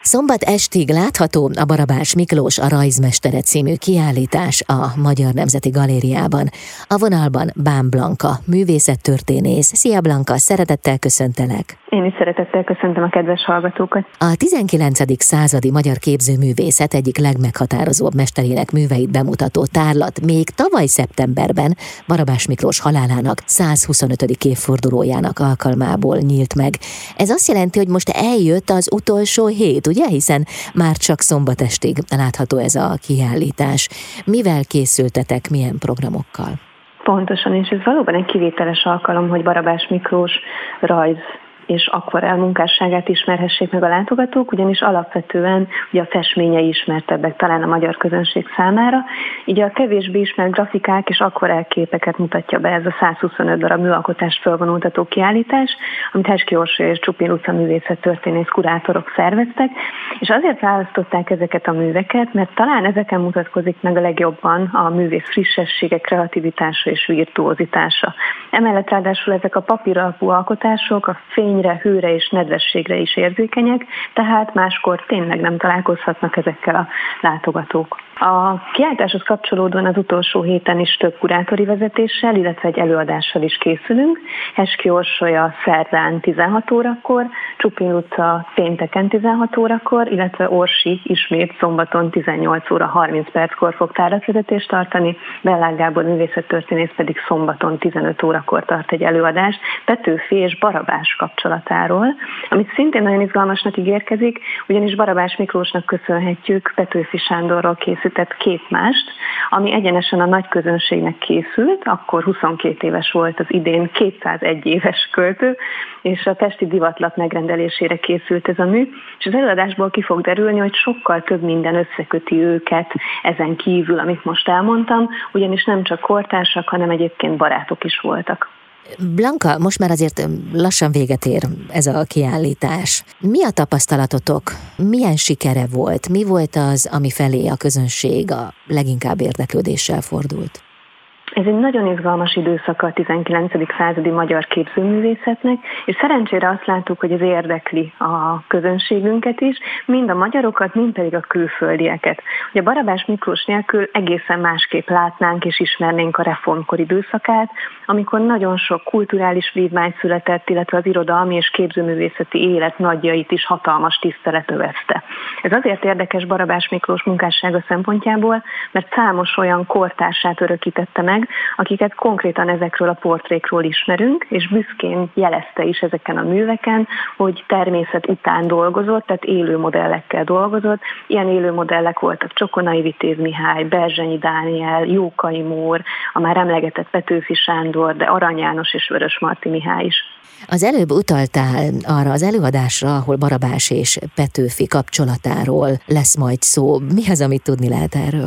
Szombat estig látható a Barabás Miklós a Rajzmestere című kiállítás a Magyar Nemzeti Galériában. A vonalban Bán Blanka, művészettörténész. Szia Blanka, szeretettel köszöntelek! Én is szeretettel köszöntöm a kedves hallgatókat. A 19. századi magyar képzőművészet egyik legmeghatározóbb mesterének műveit bemutató tárlat még tavaly szeptemberben Barabás Miklós halálának 125. évfordulójának alkalmából nyílt meg. Ez azt jelenti, hogy most eljött az utolsó hét, ugye? Hiszen már csak szombat estig látható ez a kiállítás. Mivel készültetek, milyen programokkal? Pontosan, és ez valóban egy kivételes alkalom, hogy Barabás Miklós rajz és akvarell munkásságát ismerhessék meg a látogatók, ugyanis alapvetően ugye a festményei ismertebbek talán a magyar közönség számára. Így a kevésbé ismert grafikák és akvarell képeket mutatja be ez a 125 darab műalkotást felvonultató kiállítás, amit Heski Orsolya és Csupin Luca művészettörténész kurátorok szerveztek, és azért választották ezeket a műveket, mert talán ezeken mutatkozik meg a legjobban a művész frissessége, kreativitása és virtuózitása. Emellett ráadásul ezek a papír alapú alkotások a fényre, hőre és nedvességre is érzékenyek, tehát máskor tényleg nem találkozhatnak ezekkel a látogatók. A kiállításhoz kapcsolódóan az utolsó héten is több kurátori vezetéssel, illetve egy előadással is készülünk. Heski Orsolya szerdán 16 órakor, Csupin Luca pénteken 16 órakor, illetve Orsi ismét szombaton 18 óra 30 perckor fog tárlatvezetést tartani, Bellák Gábor művészettörténész pedig szombaton 15 órakor tart egy előadást Petőfi és Barabás kapcsolatáról, amit szintén nagyon izgalmasnak ígérkezik, ugyanis Barabás Miklósnak köszönhetjük Petőfi Sándorról készített Képmást, ami egyenesen a nagy közönségnek készült, akkor 22 éves volt az idén 201 éves költő, és a pesti divatlap megrendelésére készült ez a mű, és az előadásból ki fog derülni, hogy sokkal több minden összeköti őket ezen kívül, amit most elmondtam, ugyanis nem csak kortársak, hanem egyébként barátok is voltak. Blanka, most már azért lassan véget ér ez a kiállítás. Mi a tapasztalatotok? Milyen sikere volt? Mi volt az, ami felé a közönség a leginkább érdeklődéssel fordult? Ez egy nagyon izgalmas időszaka a 19. századi magyar képzőművészetnek, és szerencsére azt láttuk, hogy ez érdekli a közönségünket is, mind a magyarokat, mind pedig a külföldieket. Ugye Barabás Miklós nélkül egészen másképp látnánk és ismernénk a reformkor időszakát, amikor nagyon sok kulturális vívmány született, illetve az irodalmi és képzőművészeti élet nagyjait is hatalmas tisztelet övezte. Ez azért érdekes Barabás Miklós munkássága szempontjából, mert számos olyan kortársát örökítette meg, akiket konkrétan ezekről a portrékról ismerünk, és büszkén jelezte is ezeken a műveken, hogy természet után dolgozott, tehát élő modellekkel dolgozott. Ilyen élő modellek voltak Csokonai Vitéz Mihály, Berzsenyi Dániel, Jókai Mór, a már emlegetett Petőfi Sándor, de Arany János és Vörösmarty Mihály is. Az előbb utaltál arra az előadásra, ahol Barabás és Petőfi kapcsolatáról lesz majd szó. Mi az, amit tudni lehet erről?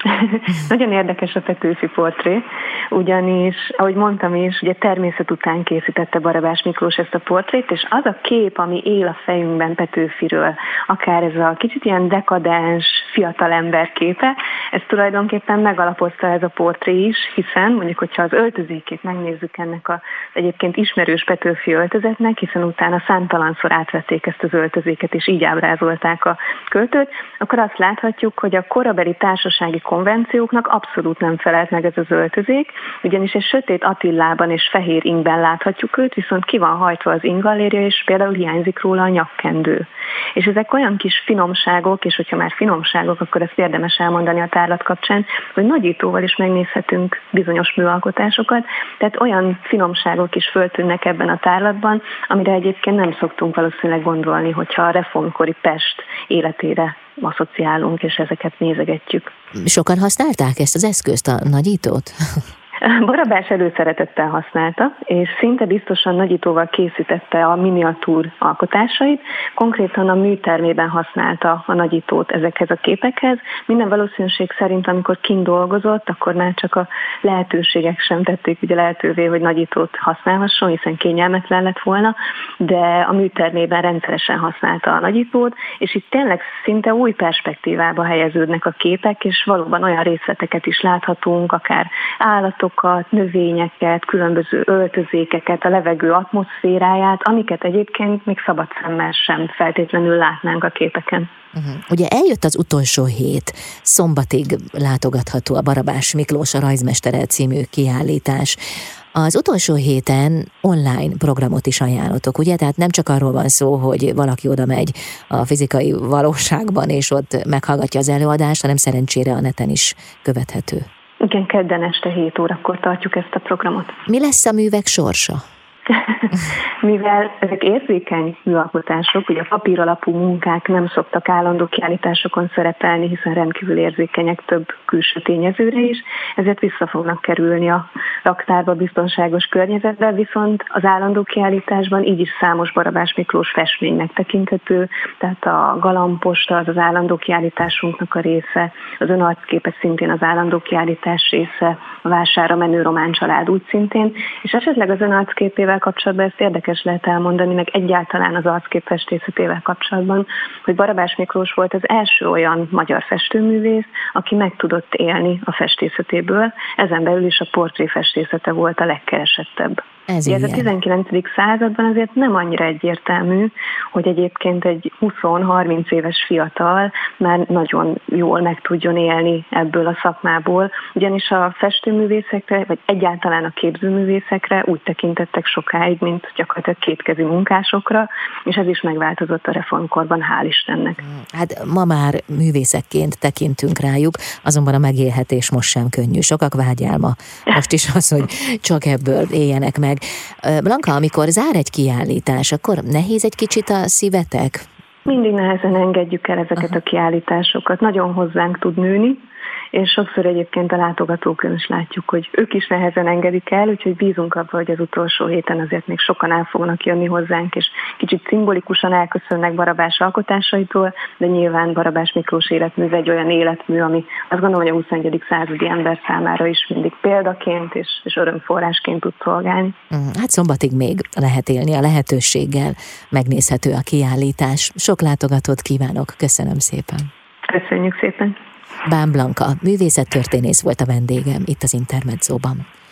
Nagyon érdekes a Petőfi portré, ugyanis, ahogy mondtam is, ugye természet után készítette Barabás Miklós ezt a portrét, és az a kép, ami él a fejünkben Petőfiről, akár ez a kicsit ilyen dekadens, fiatalember képe, ez tulajdonképpen megalapozta ez a portré is, hiszen mondjuk, hogyha az öltözékét megnézzük ennek az egyébként ismerős Petőfi öltözetnek, hiszen utána számtalanszor átvették ezt az öltözéket, és így ábrázolták a költőt, akkor azt láthatjuk, hogy a korabeli társasági konvencióknak abszolút nem felelt meg ez az öltözék, ugyanis egy sötét Attilában és fehér ingben láthatjuk őt, viszont ki van hajtva az ingallérja, és például hiányzik róla a nyakkendő. És ezek olyan kis finomságok, és hogyha már finomságok, akkor ezt érdemes elmondani a tárlat kapcsán, hogy nagyítóval is megnézhetünk bizonyos műalkotásokat, tehát olyan finomságok is föltűnnek ebben a tárlatban, amire egyébként nem szoktunk valószínűleg gondolni, hogyha a reformkori Pest életére asszociálunk, és ezeket nézegetjük. Sokan használták ezt az eszközt, a nagyítót? Barabás előszeretettel használta, és szinte biztosan nagyítóval készítette a miniatúr alkotásait, konkrétan a műtermében használta a nagyítót ezekhez a képekhez. Minden valószínűség szerint, amikor kint dolgozott, akkor már csak a lehetőségek sem tették ugye lehetővé, hogy nagyítót használhasson, hiszen kényelmetlen lett volna, de a műtermében rendszeresen használta a nagyítót, és itt tényleg szinte új perspektívába helyeződnek a képek, és valóban olyan részleteket is láthatunk, akár állatok állatokat, növényeket, különböző öltözékeket, a levegő atmoszféráját, amiket egyébként még szabad szemmel sem feltétlenül látnánk a képeken. Ugye eljött az utolsó hét, szombatig látogatható a Barabás Miklós a Rajzmestere című kiállítás. Az utolsó héten online programot is ajánlotok, ugye? Tehát nem csak arról van szó, hogy valaki oda megy a fizikai valóságban, és ott meghallgatja az előadást, hanem szerencsére a neten is követhető. Igen, kedden este 7 órakor tartjuk ezt a programot. Mi lesz a művek sorsa? Mivel ezek érzékeny műalkotások, ugye a papír alapú munkák nem szoktak állandó kiállításokon szerepelni, hiszen rendkívül érzékenyek több külső tényezőre is, ezért vissza fognak kerülni a raktárba biztonságos környezetbe, viszont az állandó kiállításban így is számos Barabás Miklós festménynek tekinthető, tehát a galambposta az állandó kiállításunknak a része, az önarcképes szintén az állandó kiállítás része, a Vásárra menő román család úgy szintén, és esetleg az önarcképével kapcsolatban ezt érdekes lehet elmondani, meg egyáltalán az arckép festészetével kapcsolatban, hogy Barabás Miklós volt az első olyan magyar festőművész, aki meg tudott élni a festészetéből, ezen belül is a portréfestészete volt a legkeresettebb. Ez a 19. században azért nem annyira egyértelmű, hogy egyébként egy 20-30 éves fiatal már nagyon jól meg tudjon élni ebből a szakmából, ugyanis a festőművészekre, vagy egyáltalán a képzőművészekre úgy tekintettek sokáig, mint gyakorlatilag kétkezi munkásokra, és ez is megváltozott a reformkorban, hál' Istennek. Hát ma már művészekként tekintünk rájuk, azonban a megélhetés most sem könnyű. Sokak vágyálma most is az, hogy csak ebből éljenek meg. Blanka, amikor zár egy kiállítás, akkor nehéz egy kicsit a szívetek? Mindig nehezen engedjük el ezeket a kiállításokat. Nagyon hozzánk tud nőni, és sokszor egyébként a látogatókon is látjuk, hogy ők is nehezen engedik el, úgyhogy bízunk abban, hogy az utolsó héten azért még sokan el fognak jönni hozzánk, és kicsit szimbolikusan elköszönnek Barabás alkotásaitól, de nyilván Barabás Miklós életműve egy olyan életmű, ami azt gondolom, hogy a 21. századi ember számára is mindig példaként és örömforrásként tud szolgálni. Hát szombatig még lehet élni a lehetőséggel, megnézhető a kiállítás. Sok látogatót kívánok, köszönöm szépen. Köszönjük szépen. Bán Blanka, művészettörténész volt a vendégem itt az Intermedzóban.